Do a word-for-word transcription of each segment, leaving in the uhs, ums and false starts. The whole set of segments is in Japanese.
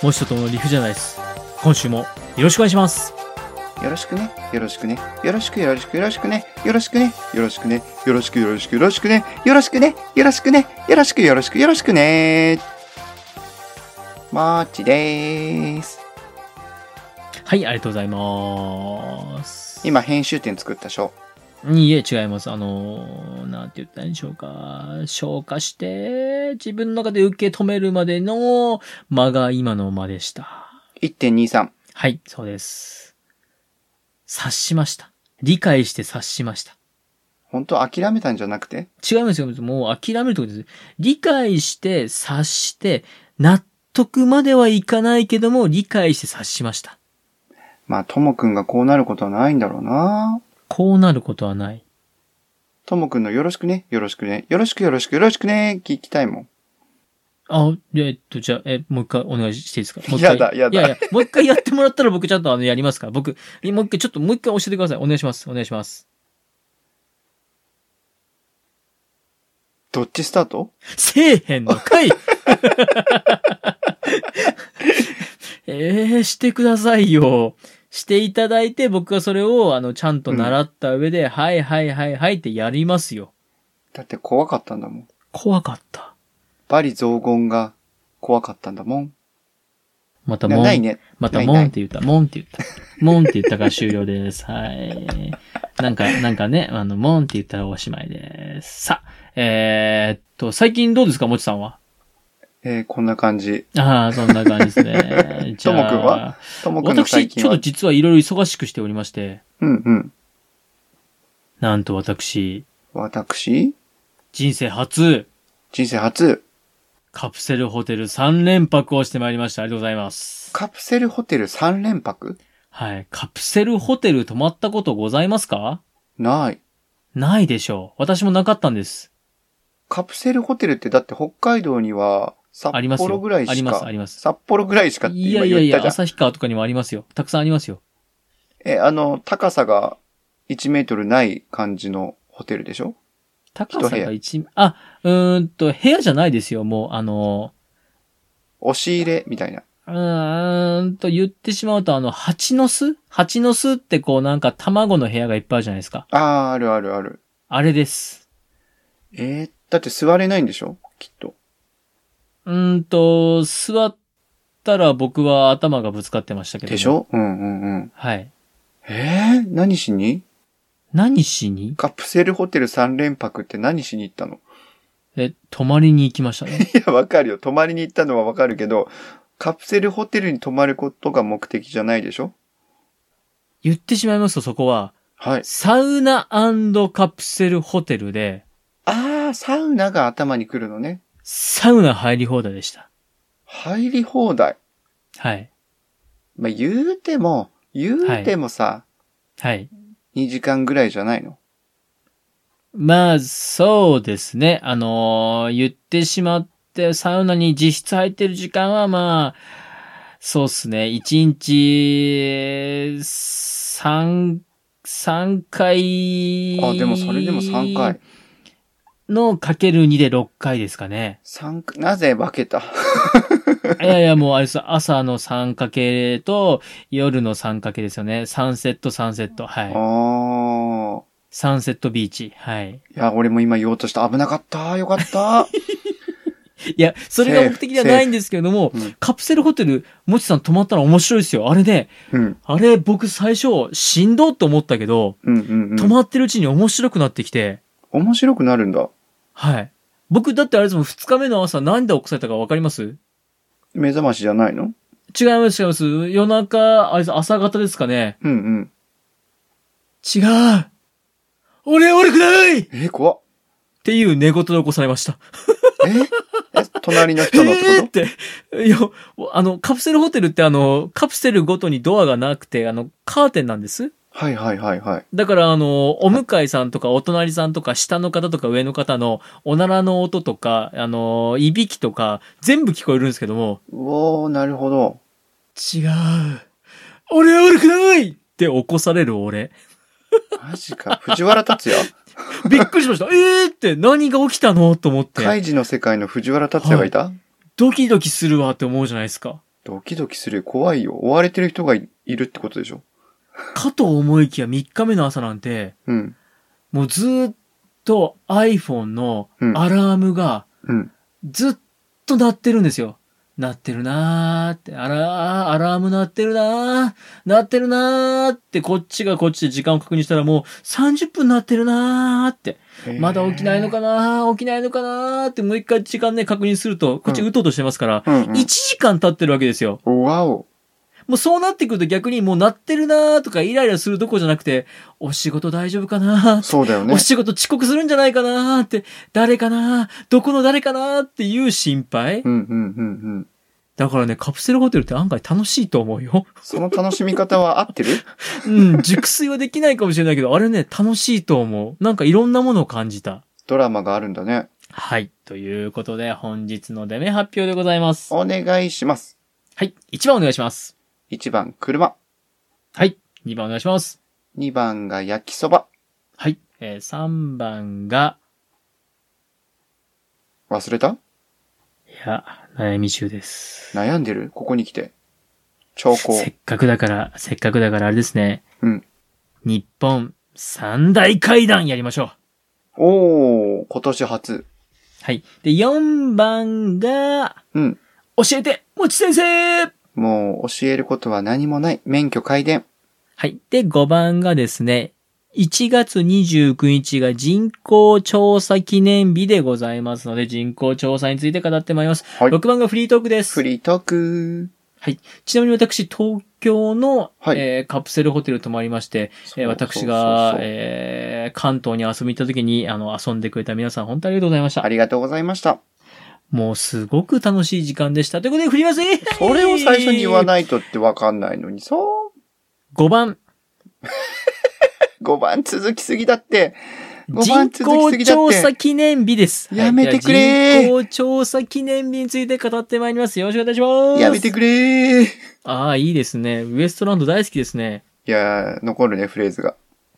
もちととものリフじゃないです。今週もよろしくお願いします。 よろしくね、よろしくね、よろしくよろしくよろしくね、よろしくね、よろしくね、よろしくよろしくよろしくね、よろしくね、よろしくね、よろしくよろしくよろしくね。もっちでーす。 はい、ありがとうございます。 今編集点作ったでしょ。 いえ、違います。あのー、なんて言ったらいいんでしょうか。消化して、自分の中で受け止めるまでの間が今の間でした。 いってんにさん。 はい、そうです。察しました。理解して察しました。 本当諦めたんじゃなくて？ 違いますよ。もう諦めるところです。理解して察して、納得まではいかないけども、理解して察しました。 まあ、ともくんがこうなることはないんだろうな。 こうなることはない。 ともくんのよろしくね、よろしくね、よろしくよろしくよろしくね、聞きたいもん。 あ、えっと、じゃあ、え、もう一回お願いしていいですか？もう一回。 やだ、やだ。 いやいや、もう一回やってもらったら僕ちゃんとあの、やりますから。僕、もう一回、ちょっともう一回教えてください。お願いします。お願いします。 どっちスタート？ せえへんのかいえー、してくださいよ。していただいて、僕はそれを、あの、ちゃんと習った上で、うん、はいはいはいはいってやりますよ。 だって怖かったんだもん。 怖かった。 罵詈雑言が怖かったんだもん。 またもん。 ないね。 またもんって言った。もんって言った。もんって言ったから終了です。はい。なんか、なんかね、あの、もんって言ったらおしまいです。さあ、えー、っと、最近どうですか、もちさんは。 えー、こんな感じ。 ああ、そんな感じですね。 ともくんはともくんの最近は私、ちょっと実はいろいろ忙しくしておりまして。 うんうん。 なんと私。 私人生初。 人生初。 カプセルホテルさん連泊をしてまいりました。ありがとうございます。 カプセルホテルさん連泊？ はい。カプセルホテル泊まったことございますか？ ない。 ないでしょう。私もなかったんです。 カプセルホテルってだって北海道には札幌ぐらいしか。 あります、あります。 札幌ぐらいしかって今言ったじゃん。 いやいやいや、旭川とかにもありますよ。たくさんありますよ。 え、あの、高さがいちメートルない感じのホテルでしょ？ 高さがいち、あ、うーんと、部屋じゃないですよ。もう、あの、 押し入れみたいな。 うーんと言ってしまうと、あの、蜂の巣蜂の巣ってこうなんか卵の部屋がいっぱいあるじゃないですか。 ああ、あるあるある。 あれです。 えー、だって座れないんでしょ？きっと。 うーんと、座ったら僕は頭がぶつかってましたけど。 でしょ？うんうんうん。 はい。 えー、何しに？ 何しに？ カプセルホテルさん連泊って何しに行ったの？ え、泊まりに行きましたね。 いや、わかるよ。泊まりに行ったのはわかるけど、カプセルホテルに泊まることが目的じゃないでしょ？ 言ってしまいますとそこは、 はい。 サウナ&カプセルホテルで、 あー、サウナが頭に来るのね。 サウナ入り放題でした。 入り放題。 はい。 まあ、言うても、言うてもさ、 はい。はいにじかんぐらいじゃないの？ まあ、そうですね。あのー、言ってしまって、サウナに実質入ってる時間はまあ、そうっすね。いちにち、さん、三回。 あ、でもそれでもさんかい。 のかけるにでろっかいですかね。 三、なぜ分けた？ いやいや、もうあれです。朝のさんかけと夜のさんかけですよね。さんセットさんセット。はい。 ああ。 サンセットビーチ。はい。 いや、俺も今言おうとした。危なかった。よかった。 いや、それが目的ではないんですけれども、うん、カプセルホテル、もちさん泊まったら面白いですよ。あれね、うん、あれ僕最初しんどって思ったけど、うんうんうん、泊まってるうちに面白くなってきて。 面白くなるんだ。 はい。僕だってあれですもん、二日目の朝何で起こされたかわかります？ 目覚ましじゃないの？ 違います違います。夜中、あれ朝方ですかね。 うんうん。 違う。俺悪くないえ、怖っ。 っていう寝言で起こされました。 ええ隣の人のってこと？ えー、って。いや、あの、カプセルホテルってあの、カプセルごとにドアがなくて、あの、カーテンなんです。 はいはいはいはい。 だからあの、お向かいさんとかお隣さんとか下の方とか上の方のおならの音とか、あの、いびきとか全部聞こえるんですけども。 うおー、なるほど。 違う。俺は悪くないって起こされる俺。 マジか。藤原竜也？ びっくりしました。えーって何が起きたのと思って。 カイジの世界の藤原竜也がいた、はい、 ドキドキするわって思うじゃないですか。 ドキドキする。怖いよ。追われてる人がいるってことでしょ。 かと思いきやみっかめの朝なんて、 うん。 もうずーっと iPhone のアラームがうん。 ずっと鳴ってるんですよ。鳴ってるなーって、あらー、アラーム鳴ってるなー、鳴ってるなーって、こっちがこっちで時間を確認したらもうさんじゅっぷん鳴ってるなーって、まだ起きないのかなー、起きないのかなーって、もう一回時間ね、確認すると、こっち打とうとしてますから、 うんうん、 いちじかん経ってるわけですよ。 わお。 もうそうなってくると逆にもう鳴ってるなーとかイライラするどころじゃなくて、お仕事大丈夫かなー、 そうだよね。 お仕事遅刻するんじゃないかなーって、誰かなー、どこの誰かなーっていう心配、 うんうんうんうん。 だからね、カプセルホテルって案外楽しいと思うよ。 その楽しみ方は合ってる？ うん、熟睡はできないかもしれないけど、あれね、楽しいと思う。なんかいろんなものを感じた。 ドラマがあるんだね。 はい。ということで、本日のデメ発表でございます。 お願いします。 はい。いちばんお願いします。 いちばん、車。 はい。にばんお願いします。 にばんが焼きそば。 はい。えー、さんばんが、 忘れた？ いや、悩み中です。 悩んでる？ここに来て。兆候。 せっかくだから、せっかくだからあれですね。 うん。 日本三大怪談やりましょう。おー、今年初。 はい。で、よんばんが、 うん。 教えて、もち先生。 もう教えることは何もない。免許改伝。 はい。で、ごばんがですね、いちがつにじゅうくにちが人口調査記念日でございますので、人口調査について語ってまいります。はい、ろくばんがフリートークです。 フリートーク。 はい。ちなみに私、東京の、 はい、 えー、カプセルホテル泊まりまして、えー、私が、えー、関東に遊びに行った時に、あの、遊んでくれた皆さん、本当にありがとうございました。 ありがとうございました。 もうすごく楽しい時間でした。ということで、振りますね。 それを最初に言わないとってわかんないのに、そう。 ごばん。 ごばん続きすぎだって。ごばん続きすぎだって。 人口調査記念日です。 やめてくれー。 人口調査記念日について語ってまいります。よろしくお願いします。 やめてくれー。 ああ、いいですね。ウエストランド大好きですね。 いやー、残るね、フレーズが。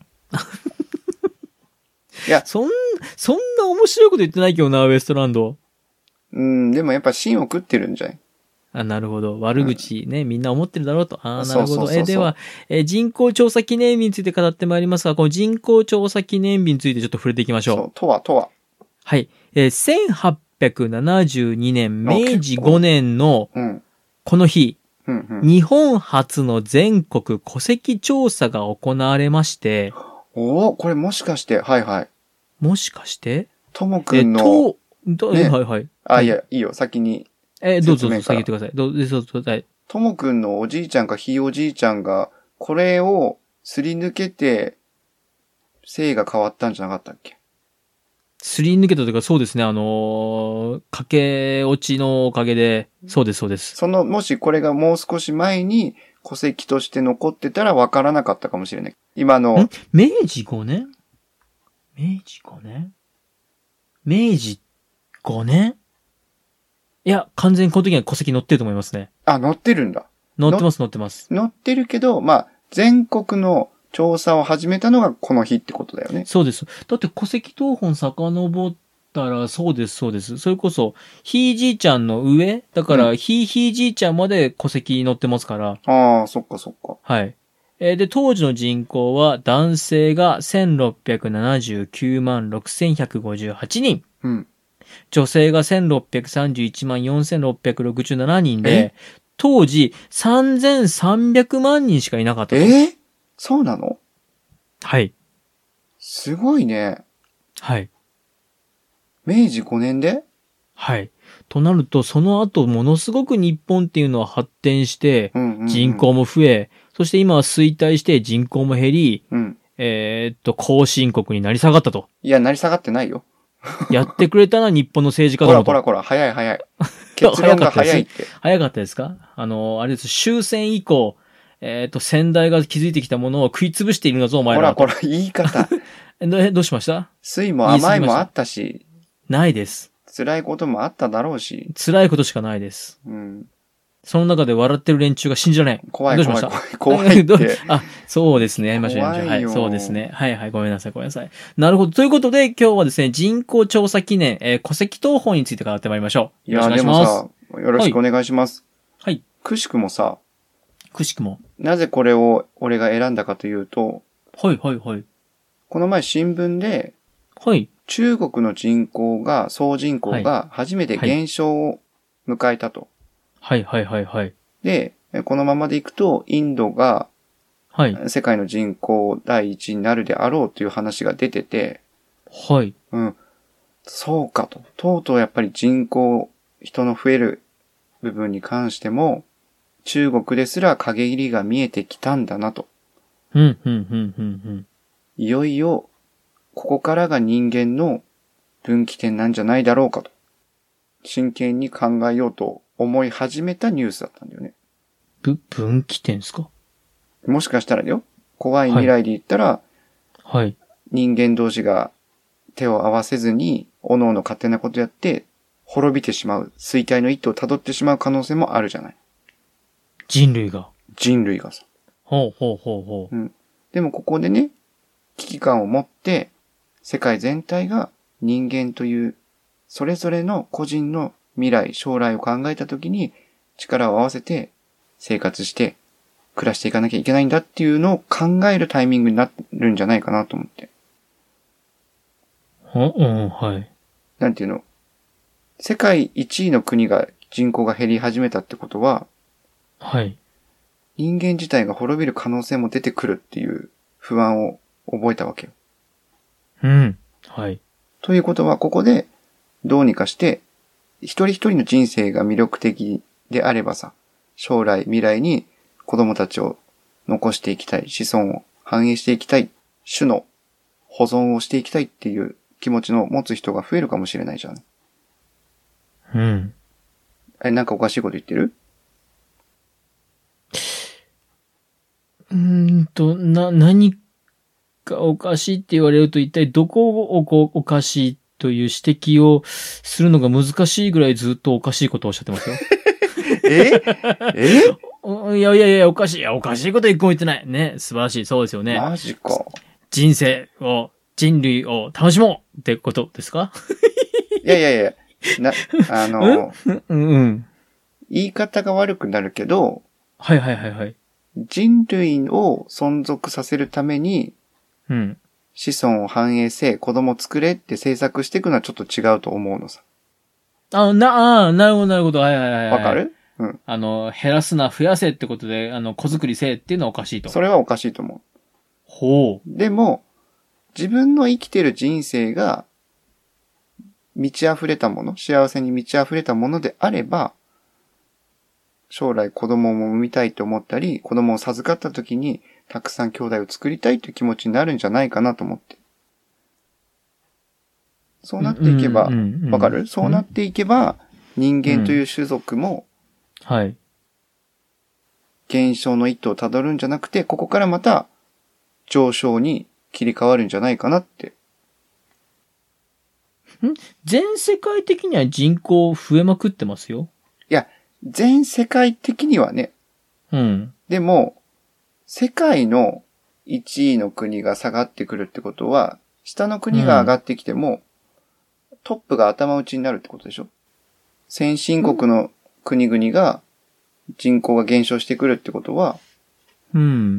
いや、そん、そんな面白いこと言ってないけどな、ウエストランド。 うん、でもやっぱ芯を食ってるんじゃない？ あ、なるほど。悪口ね、うん、みんな思ってるだろうと。ああ、なるほど。え、では、え、人口調査記念日について語ってまいりますが、この人口調査記念日についてちょっと触れていきましょう。 そう、とは、とは。 はい。えー、せんはっぴゃくななじゅうにねん、めいじごねんの、この日、 うんうん、 日本初の全国戸籍調査が行われまして、 おお、これもしかして、はいはい。 もしかしてともくんの、 えっと、ね、はいはい。 あ、いや、いいよ、先に。 えー、どうぞ、先言ってください。どうぞ、どうぞ、はい。 ともくんのおじいちゃんかひいおじいちゃんが、これをすり抜けて、姓が変わったんじゃなかったっけ？ すり抜けたというか、そうですね、あのー、駆け落ちのおかげで、そうです、そうです。 その、もしこれがもう少し前に戸籍として残ってたら分からなかったかもしれない。今の。 ん明治ごねん明治ごねん明治ごねんいや、完全にこの時には戸籍載ってると思いますね。 あ、載ってるんだ。 載ってます、載ってます。 載ってるけど、まあ、全国の調査を始めたのがこの日ってことだよね。 そうです。だって戸籍謄本遡ったら、そうです、そうです。それこそ、ひいじいちゃんの上だから、うん、ひいひいじいちゃんまで戸籍載ってますから。 ああ、そっかそっか。 はい。えー、で、当時の人口は、男性がせんろっぴゃくななじゅうきゅうまんろくせんひゃくごじゅうはちにん。 うん。 女性がせんろっぴゃくさんじゅういちまんよんせんろっぴゃくろくじゅうななにんで、当時さんぜんさんびゃくまんにんしかいなかったと。 えー、そうなの？ はい。 すごいね。 はい。 めいじごねんで？ はい。となると、その後ものすごく日本っていうのは発展して、人口も増え、うんうんうん、そして今は衰退して人口も減り、 うん、 えー、っと、後進国になり下がったと。 いや、なり下がってないよ。 やってくれたのは日本の政治家だと。 ほらほらほら、早い早い。結論が早いって。 早かったですか？あの、あれです、終戦以降、えっと、先代が築いてきたものを食い潰しているんだぞ、お前ら。 ほらほら、言い方。 ど, どうしました？ 酸いも甘いもあったし。 ないです。 辛いこともあっただろうし。 辛いことしかないです。 うん。 その中で笑ってる連中が信じられない。 怖いどうしました？ 怖い怖いって。 あ、そうですね。やりましょう、やりましょう。はい、そうですね。はいはい、ごめんなさい、ごめんなさい。なるほど。ということで、今日はですね、人口調査記念、えー、戸籍謄本について語ってまいりましょう。よろしくお願いします。 いや、でもさ、よろしくお願いします。 はい。 くしくもさ、 くしくも。 なぜこれを俺が選んだかというと、 はいはいはい。 この前新聞で、 はい。 中国の人口が、総人口が初めて減少を迎えたと。 はいはいはいはい。 で、このままでいくと、インドが、 はい。 世界の人口第一になるであろうという話が出てて、 はい。 うん。そうかと。とうとうやっぱり人口、人の増える部分に関しても、中国ですら陰りが見えてきたんだなと。 うん、うん、うん、うん、うん。 いよいよ、ここからが人間の分岐点なんじゃないだろうかと。真剣に考えようと思い始めたニュースだったんだよね。 ぶ、分岐点ですか？ もしかしたらだよ。怖い未来で言ったら、 はい。 人間同士が手を合わせずに、各々勝手なことやって、滅びてしまう、衰退の一途を辿ってしまう可能性もあるじゃない。 人類が。 人類がさ。 ほうほうほうほう。 うん。でもここでね、危機感を持って、世界全体が人間という、それぞれの個人の未来、将来を考えたときに、力を合わせて生活して、暮らしていかなきゃいけないんだっていうのを考えるタイミングになるんじゃないかなと思って。 うん、うん、はい。 なんていうの？世界一位の国が人口が減り始めたってことは、 はい。 人間自体が滅びる可能性も出てくるっていう不安を覚えたわけよ。 うん。はい。 ということは、ここでどうにかして、一人一人の人生が魅力的であればさ、将来未来に子供たちを残していきたい、子孫を繁栄していきたい、種の保存をしていきたいっていう気持ちの持つ人が増えるかもしれないじゃん。 うん。 え、なんかおかしいこと言ってる？ うーんと、な、何かおかしいって言われると一体どこをこうおかしいという指摘をするのが難しいぐらいずっとおかしいことをおっしゃってますよ。 ええおいやいやいや、おかしい。いや、おかしいこと一個も言ってない。ね。素晴らしい。そうですよね。 マジか。 人生を、人類を楽しもうってことですか？ いやいやいや、な、あの、 うんうん。 言い方が悪くなるけど、 はいはいはいはい。 人類を存続させるために、 うん。 子孫を繁栄せ、子供作れって政策していくのはちょっと違うと思うのさ。 あ、な、あなるほどなるほど。はいはいはいはい。 わかる？うん。 あの、減らすな、増やせってことで、あの、子作りせえっていうのはおかしいと。 それはおかしいと思う。 ほう。 でも、自分の生きてる人生が、満ち溢れたもの、幸せに満ち溢れたものであれば、将来子供も産みたいと思ったり、子供を授かった時に、たくさん兄弟を作りたいという気持ちになるんじゃないかなと思って。そうなっていけば、わかる？そうなっていけば、人間という種族も、 はい。 減少の一途をたどるんじゃなくて、ここからまた上昇に切り替わるんじゃないかなって。 ん全世界的には人口増えまくってますよ。 いや、全世界的にはね。 うん。 でも、世界のいちいの国が下がってくるってことは、下の国が上がってきても、うん、トップが頭打ちになるってことでしょ？先進国の国々が人口が減少してくるってことは、 うん。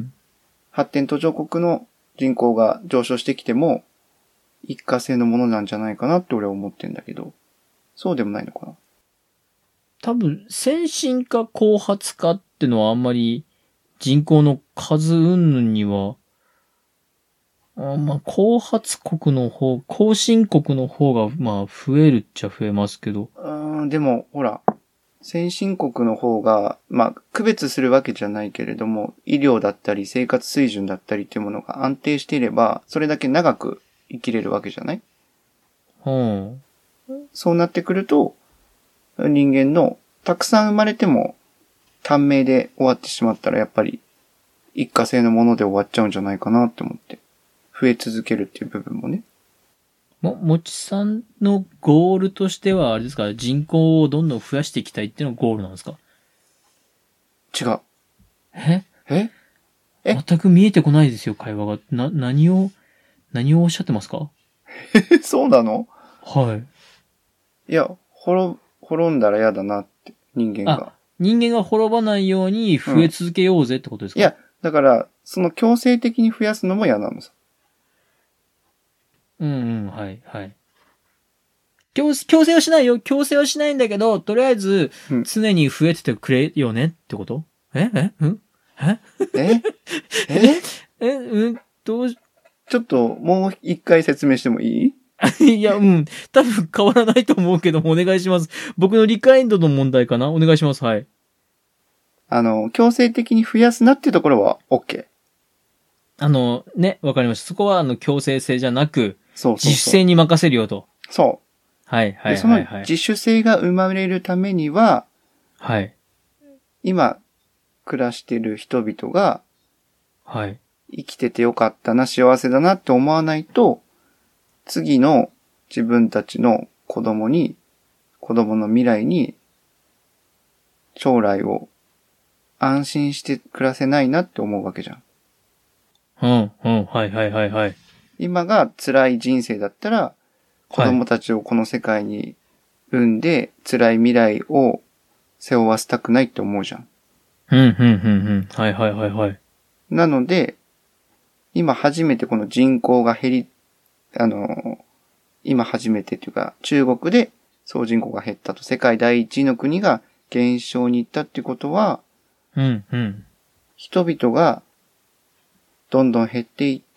発展途上国の人口が上昇してきても、一過性のものなんじゃないかなって俺は思ってんだけど、そうでもないのかな？ 多分、先進化、後発化ってのはあんまり人口の数云々には、あまあ、後発国の方、後進国の方が、まあ、増えるっちゃ増えますけど。 うーん、でも、ほら、先進国の方が、まあ、区別するわけじゃないけれども、医療だったり生活水準だったりっていうものが安定していれば、それだけ長く生きれるわけじゃない？ うん。 そうなってくると、人間のたくさん生まれても短命で終わってしまったらやっぱり一過性のもので終わっちゃうんじゃないかなって思って。増え続けるっていう部分もね。 も、もちさんのゴールとしては、あれですか、人口をどんどん増やしていきたいっていうのがゴールなんですか？ 違う。 えええ全く見えてこないですよ、会話が。な、何を、何をおっしゃってますか？ え、そうなの？ はい。 いや、滅、滅んだら嫌だなって、人間が。 人間が滅ばないように増え続けようぜってことですか？ いや、だから、その強制的に増やすのも嫌なのさ。 うんうん、はい、はい。強、強制はしないよ。強制はしないんだけど、とりあえずうん、 常に増えててくれよねってこと？ええうんええええうんどうし、 ちょっと、もう一回説明してもいい？ いや、うん。多分変わらないと思うけども、お願いします。僕の理解度の問題かな？お願いします。はい。 あの、強制的に増やすなっていうところは OK。 あの、ね、わかりました。そこは、あの、強制性じゃなく、 そうそう自主そう。 性に任せるよと。 そはい、 う。 はい、 で、そのはい、はい。 自主性が生まれるためには、 はい。 今、暮らしてる人々が、 はい。 生きててよかったな、幸せだなって思わないと、次の自分たちの子供に、子供の未来に、将来を安心して暮らせないなって思うわけじゃん。 うん、うん、はい、はい、はい、はい。 今が辛い人生だったら、子供たちをこの世界に産んで、辛い未来を背負わせたくないって思うじゃん。 うん、うん、うん、うん。はい、はい、はい、はい。 なので、今初めてこの人口が減り、あの、今初めてというか、中国で総人口が減ったと、世界第一位の国が減少に行ったっていうことは、 うん、うん。 人々がどんどん減っていって、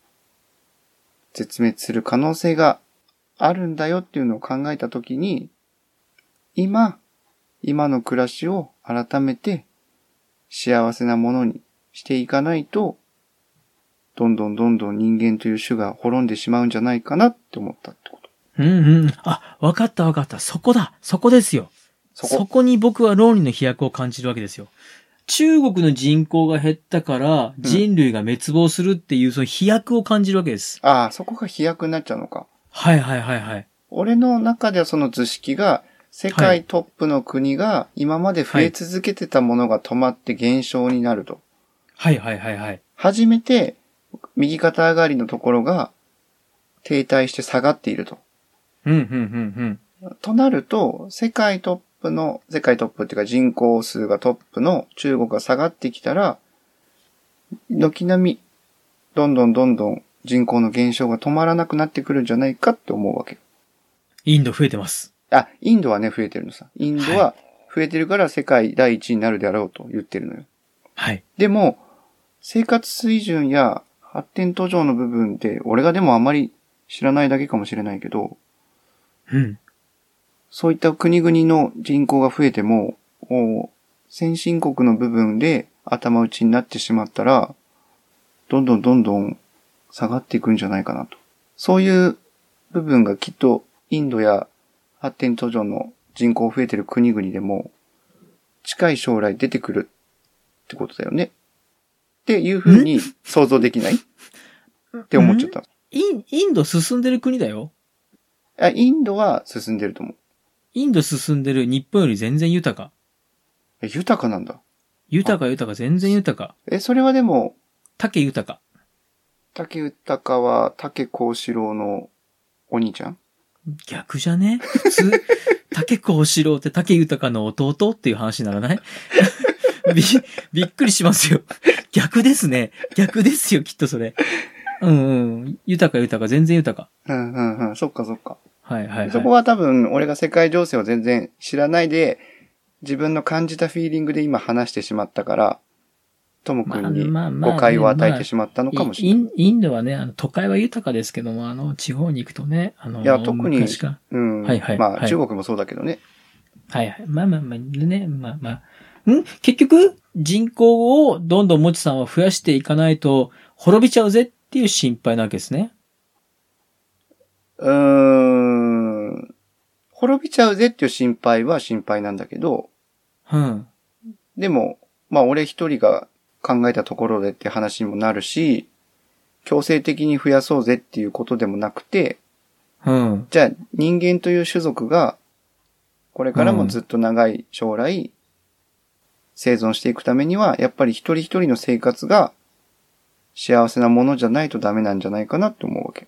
絶滅する可能性があるんだよっていうのを考えたときに、今、今の暮らしを改めて幸せなものにしていかないと、どんどんどんどん人間という種が滅んでしまうんじゃないかなって思ったってこと。 うんうん。あ、わかったわかった。そこだ。そこですよ。 そこ。 そこに僕は論理の飛躍を感じるわけですよ。中国の人口が減ったから人類が滅亡するっていうその飛躍を感じるわけです。 ああ、そこが飛躍になっちゃうのか。 はいはいはいはい。 俺の中ではその図式が、世界トップの国が今まで増え続けてたものが止まって減少になると。 はいはいはいはい。 初めて右肩上がりのところが停滞して下がっていると。 うんうんうんとなると、世界トップの、世界トップっていうか人口数がトップの中国が下がってきたら、軒並み、どんどんどんどん人口の減少が止まらなくなってくるんじゃないかって思うわけ。 インド増えてます。 あ、インドはね、増えてるのさ。インドは増えてるから世界第一になるであろうと言ってるのよ。 はい。 でも、生活水準や発展途上の部分で、俺がでもあまり知らないだけかもしれないけど、 うん。 そういった国々の人口が増えても、先進国の部分で頭打ちになってしまったら、どんどんどんどん下がっていくんじゃないかなと。そういう部分がきっとインドや発展途上の人口増えてる国々でも近い将来出てくるってことだよね。っていうふうに想像できないって思っちゃった。 イン、インド進んでる国だよ。 あ、インドは進んでると思う。 インド進んでる日本より全然豊か。 え、豊かなんだ。 豊か豊か全然豊か。 え、それはでも、 竹豊か。 竹豊は竹幸四郎のお兄ちゃん？ 逆じゃね？普通、竹幸四郎って竹豊の弟っていう話にならない？び、びっくりしますよ。逆ですね。逆ですよ、きっとそれ。うんうん。豊か豊か、全然豊か。 うんうんうん。そっかそっか。 はいはい、はい。 そこは多分、俺が世界情勢を全然知らないで、自分の感じたフィーリングで今話してしまったから、ともくんに誤解を与えてしまったのかもしれない。 まあまあね、インドはね、あの、都会は豊かですけども、あの、地方に行くとね、あの、 いや、特に、うん。 はいはい。 まあ、 はい、 中国もそうだけどね。 はいはい。まあまあまあ、ね、まあまあ。ん結局、人口をどんどんもちさんは増やしていかないと、滅びちゃうぜっていう心配なわけですね。 うーん。滅びちゃうぜっていう心配は心配なんだけど、 うん。 でも、まあ俺一人が考えたところでって話にもなるし、強制的に増やそうぜっていうことでもなくて、 うん。 じゃあ人間という種族が、これからもずっと長い将来、生存していくためには、やっぱり一人一人の生活が幸せなものじゃないとダメなんじゃないかなって思うわけ。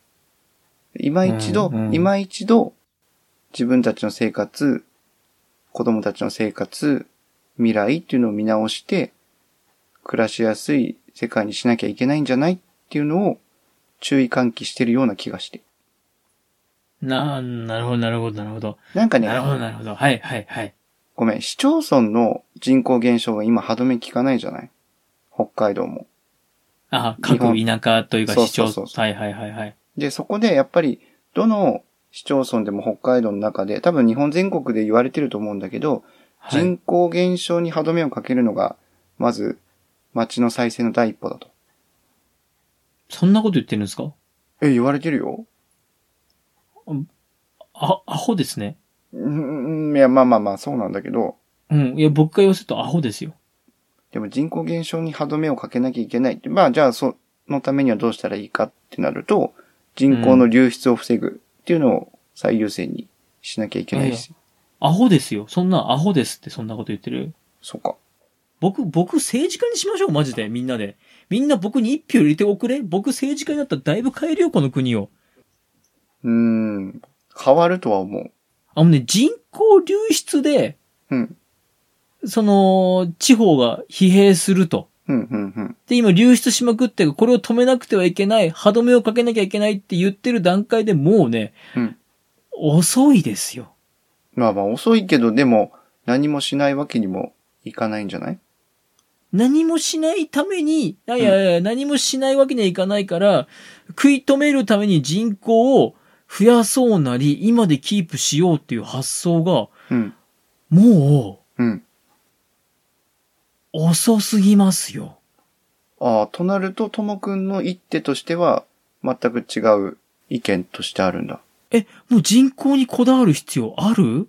今一度、 うんうん、 今一度、自分たちの生活、 子供たちの生活、未来っていうのを見直して、暮らしやすい世界にしなきゃいけないんじゃないっていうのを注意喚起してるような気がして。 な、なるほど、なるほど、なるほど。 なんかね、 なるほど、なるほど。はい、はい、はい。 ごめん、市町村の人口減少が今歯止め効かないじゃない？北海道も。 あ、各田舎というか市町村。 そうそうそう。 はい、はい、はい、はい。 で、そこでやっぱり、どの市町村でも北海道の中で、多分日本全国で言われてると思うんだけど、 はい、 人口減少に歯止めをかけるのが、まず、町の再生の第一歩だと。 そんなこと言ってるんですか？ え、言われてるよ。 あ、アホですね。 うん、いや、まあまあまあ、そうなんだけど。 うん。いや、僕が言わせるとアホですよ。 でも人口減少に歯止めをかけなきゃいけないって。まあ、じゃあ、そのためにはどうしたらいいかってなると、人口の流出を防ぐっていうのを最優先にしなきゃいけないです。 いやいやアホですよ。そんなアホですってそんなこと言ってる。 そうか。 僕、僕政治家にしましょう、マジで。みんなで。みんな僕に一票入れておくれ。僕政治家になったらだいぶ変えるよ、この国を。 うーん。変わるとは思う。 あのね、人口流出で、 うん。 その、地方が疲弊すると。 うん、うん、うん。 で、今流出しまくって、これを止めなくてはいけない、歯止めをかけなきゃいけないって言ってる段階でもうね、 うん。 遅いですよ。 まあまあ遅いけど、でも何もしないわけにもいかないんじゃない？ 何もしないために、いやいやいや、何もしないわけにはいかないから、食い止めるために人口を増やそうなり、今でキープしようっていう発想が、 うん。 もう、うん。 遅すぎますよ。 ああ、となると、ともくんの一手としては、全く違う意見としてあるんだ。 え、もう人口にこだわる必要ある？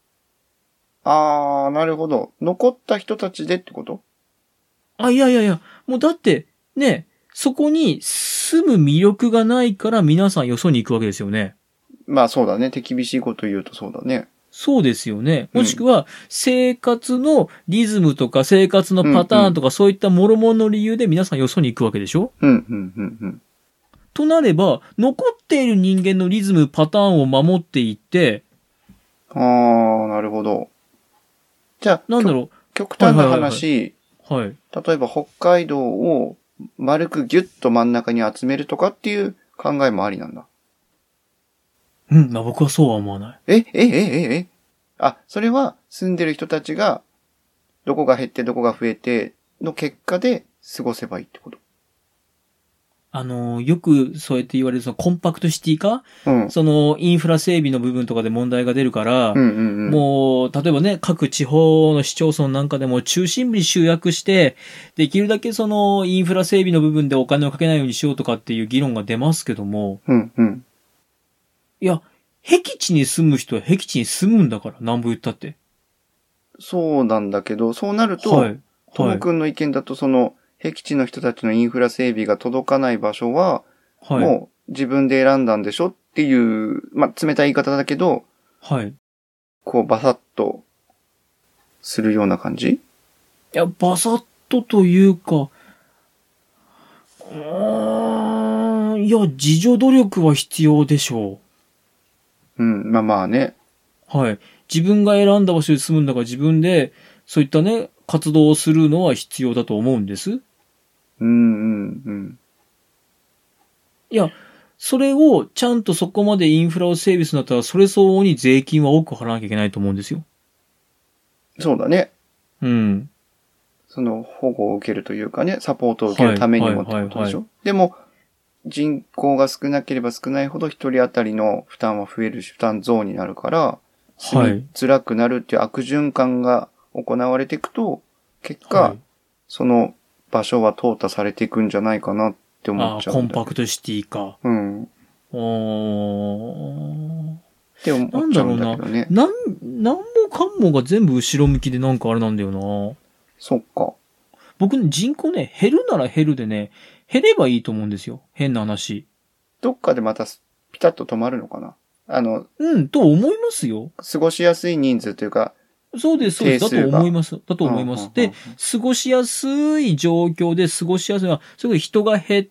ああ、なるほど。残った人たちでってこと？ あ、いやいやいや、もうだって、ね、そこに住む魅力がないから皆さんよそに行くわけですよね。 まあそうだね。手厳しいこと言うとそうだね。 そうですよね。もしくは、生活のリズムとか生活のパターンとかそういった諸々の理由で皆さんよそに行くわけでしょ？ うん、うん、うん、うん。 となれば、残っている人間のリズム、パターンを守っていって、 ああ、なるほど。じゃあ、 なんだろう。 極端な話、 はい。 例えば北海道を丸くギュッと真ん中に集めるとかっていう考えもありなんだ。 うん、まあ僕はそうは思わない。 え、え、え、え、え。あ、それは住んでる人たちが、どこが減ってどこが増えての結果で過ごせばいいってこと？ あの、よくそうやって言われるそのコンパクトシティ化、 うん。 そのインフラ整備の部分とかで問題が出るから、 うんうんうん、 もう、例えばね、各地方の市町村なんかでも中心部に集約して、できるだけそのインフラ整備の部分でお金をかけないようにしようとかっていう議論が出ますけども、 うんうん。 いや、僻地に住む人は僻地に住むんだから、なんぼ言ったって。 そうなんだけど、そうなると、 はい。 ともくんの意見だとその、僻地の人たちのインフラ整備が届かない場所は、はい、もう自分で選んだんでしょっていう、まあ、冷たい言い方だけど、 はい。 こう、バサッと、するような感じ？ いや、バサッとというか、うーん、いや、自助努力は必要でしょう。うん、まあまあね。 はい。自分が選んだ場所に住むんだから自分で、そういったね、活動をするのは必要だと思うんです。 うんうんうん。 いや、それをちゃんとそこまでインフラを整備するんだったら、それ相応に税金は多く払わなきゃいけないと思うんですよ。 そうだね。 うん。 その保護を受けるというかね、サポートを受けるためにもってことでしょ。でも、人口が少なければ少ないほど一人当たりの負担は増えるし、負担増になるから、住みづらくなるっていう悪循環が行われていくと、結果、はい、その場所は淘汰されていくんじゃないかなって思っちゃう。 ああ、コンパクトシティか。 うん。 おー。 って思っちゃうんだけどね。 なんだろうな。なん、なんもかんもが全部後ろ向きでなんかあれなんだよな。 そっか。 僕ね、人口ね、減るなら減るでね、減ればいいと思うんですよ。変な話。 どっかでまたピタッと止まるのかな。あの、 うん、と思いますよ。 過ごしやすい人数というか、 そうです、そうです。だと思います。だと思います。で、過ごしやすい状況で過ごしやすいのは、すごい人が減って、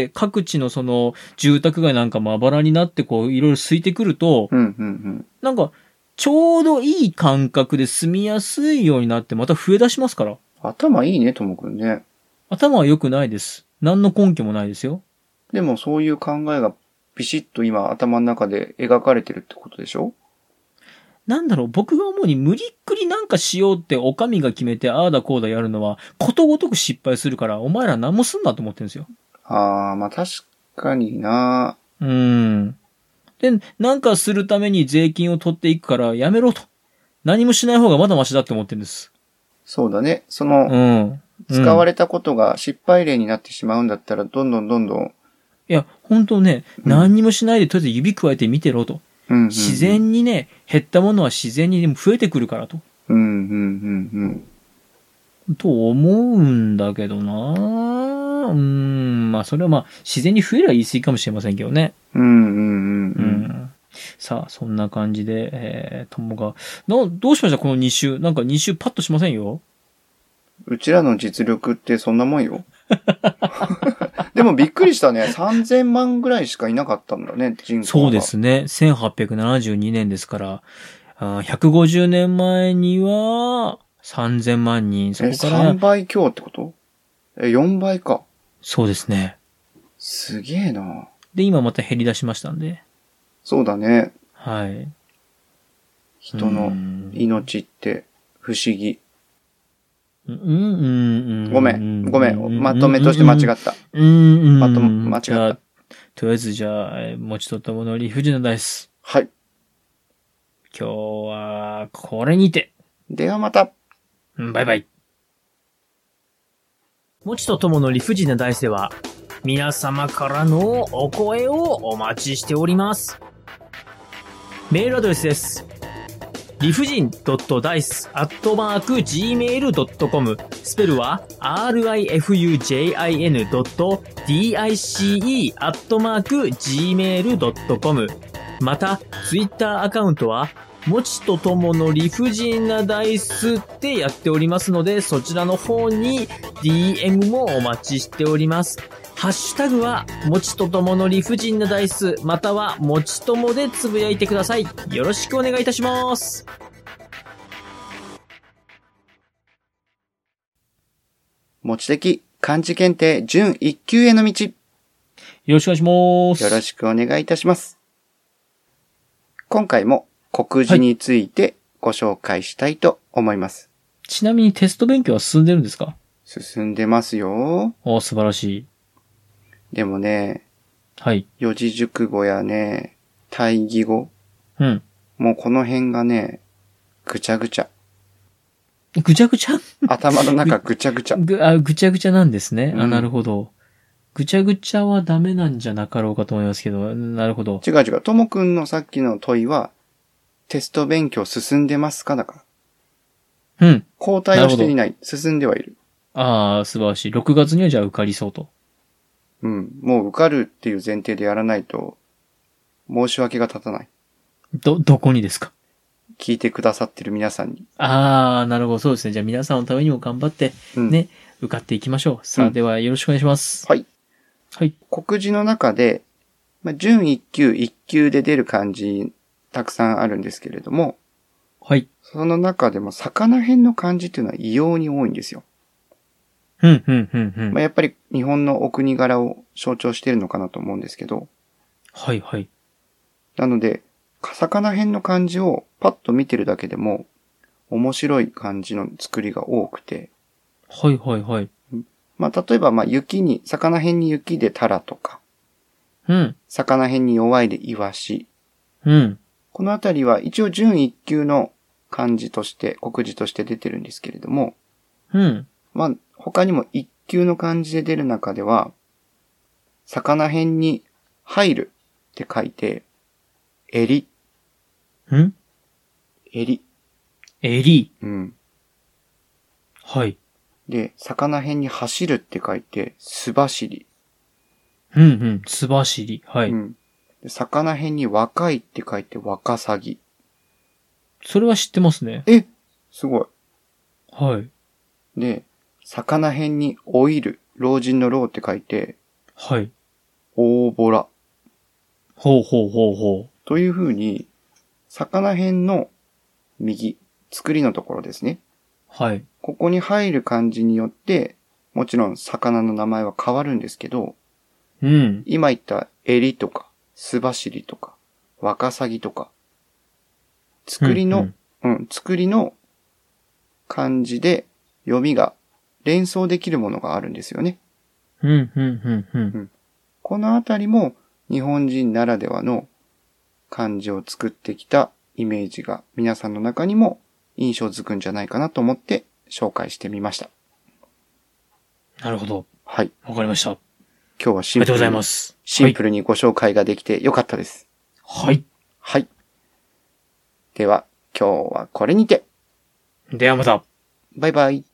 各地のその住宅街なんかまばらになって、こう、いろいろ空いてくると、 うんうんうん、 なんか、 ちょうどいい感覚で住みやすいようになってまた増え出しますから。 頭いいね、ともくんね。 頭は良くないです。何の根拠もないですよ。 でもそういう考えがビシッと今頭の中で描かれてるってことでしょ？ なんだろう、僕が思うに無理っくりなんかしようってお上が決めてああだこうだやるのはことごとく失敗するからお前ら何もすんなと思ってるんですよ。 ああ、まあ確かにな。 うーん。で、なんかするために税金を取っていくからやめろと。何もしない方がまだマシだって思ってるんです。 そうだね。その、 うん。 使われたことが失敗例になってしまうんだったら、どんどんどんどん。 いや、本当ね、 うん何にもしないでとりあえず指くわえて見てろと。 うんうんうん、 自然にね、減ったものは自然にでも増えてくるからと。 うんうんうんうん。 と思うんだけどなうーん、まあそれはまあ自然に増えれば言い過ぎかもしれませんけどね。 うんうんうんううんん。さあ、そんな感じで、えー、ともが、な、どうしましたこのに週。なんかに週パッとしませんよ。 うちらの実力ってそんなもんよ。でもびっくりしたね。さんぜんまんぐらいしかいなかったんだね、人口が。 そうですね。せんはっぴゃくななじゅうにねんですから、あひゃくごじゅうねんまえにはさんぜんまん人。そえ、 こから。 さんばい強ってこと？え、よんばいか。 そうですね。 すげえな。 で、今また減り出しましたんで。 そうだね。 はい。 人の命って不思議。 うん、うん、うん。 ごめん。ごめん。まとめとして間違った。 うん、うん。 まと、間違った。 とりあえずじゃあ、えー、もちとともの理不尽なダイス。 はい。 今日は、これにて。 ではまた。 バイバイ。もちとともの理不尽なダイスでは、皆様からのお声をお待ちしております。メールアドレスです。理不尽 .dice アットマーク ジーメールドットコム スペルは アールアイエフユージェイアイエヌ ドット ディーアイシーイー アットマーク ジーメールドットコム また、ツイッターアカウントは、もちとともの理不尽なダイスってやっておりますので、そちらの方に ディーエム もお待ちしております。ハッシュタグは、もちとともの理不尽なダイス、または、もちともでつぶやいてください。よろしくお願いいたします。 もち的漢字検定準いっ級への道。よろしくお願いします。 よろしくお願いいたします。今回も国字についてご紹介したいと思います。 はい、ちなみにテスト勉強は進んでるんですか？ 進んでますよ。 お、素晴らしい。 でもね、 はい。 四字熟語やね、対義語。 うん。 もうこの辺がね、ぐちゃぐちゃ。 ぐちゃぐちゃ頭の中ぐちゃぐちゃ。 ぐ、あ、ぐちゃぐちゃなんですね。 うん、 あ、なるほど。ぐちゃぐちゃはダメなんじゃなかろうかと思いますけど、なるほど。 違う違う。ともくんのさっきの問いは、テスト勉強進んでますかだから。 うん。 交代はしていない。進んではいる。 ああ、素晴らしい。ろくがつにはじゃあ受かりそうと。 うん。もう受かるっていう前提でやらないと、申し訳が立たない。 ど、どこにですか？ 聞いてくださってる皆さんに。 ああ、なるほど。そうですね。じゃあ皆さんのためにも頑張って、ね、うん、受かっていきましょう。さあ、うん、ではよろしくお願いします。 はい。 はい。 国字の中で、まあ、準一級、一級で出る漢字、たくさんあるんですけれども、 はい。 その中でも、魚辺の漢字っていうのは異様に多いんですよ。 うん、うん、うん、うん。 まあ、やっぱり日本のお国柄を象徴しているのかなと思うんですけど。 はい、はい。 なので、魚辺の漢字をパッと見てるだけでも、面白い漢字の作りが多くて。 はい、はい、はい。 まあ、例えば、まあ、雪に、魚辺に雪でタラとか。 うん。 魚辺に弱いでイワシ。 うん。 このあたりは一応準一級の漢字として、国字として出てるんですけれども。 うん。 まあ、他にも一級の漢字で出る中では、魚辺に入るって書いて、襟。 ん？ 襟。 襟。 うん。 はい。 で、魚辺に走るって書いて、す走り。 うんうん、す走り。はい。 うん。で、魚辺に若いって書いて、若さぎ。 それは知ってますね。 え、すごい。 はい。 で、魚辺に老いる、老人の老って書いて、 はい。 大ぼら。 ほうほうほうほう。 という風に、魚辺の右、作りのところですね。 はい。 ここに入る漢字によって、もちろん魚の名前は変わるんですけど、 うん。 今言った襟とか、すばしりとか、ワカサギとか、作りの、うん、うん、作りの漢字で読みが連想できるものがあるんですよね。 うん、うん、うん、うん。 このあたりも日本人ならではの漢字を作ってきたイメージが皆さんの中にも印象づくんじゃないかなと思って紹介してみました。 なるほど。 はい。 わかりました。 今日はシンプルに、 ありがとうございます。 シンプルにご紹介ができてよかったです。 はい。 はい。では、今日はこれにて。 ではまた。 バイバイ。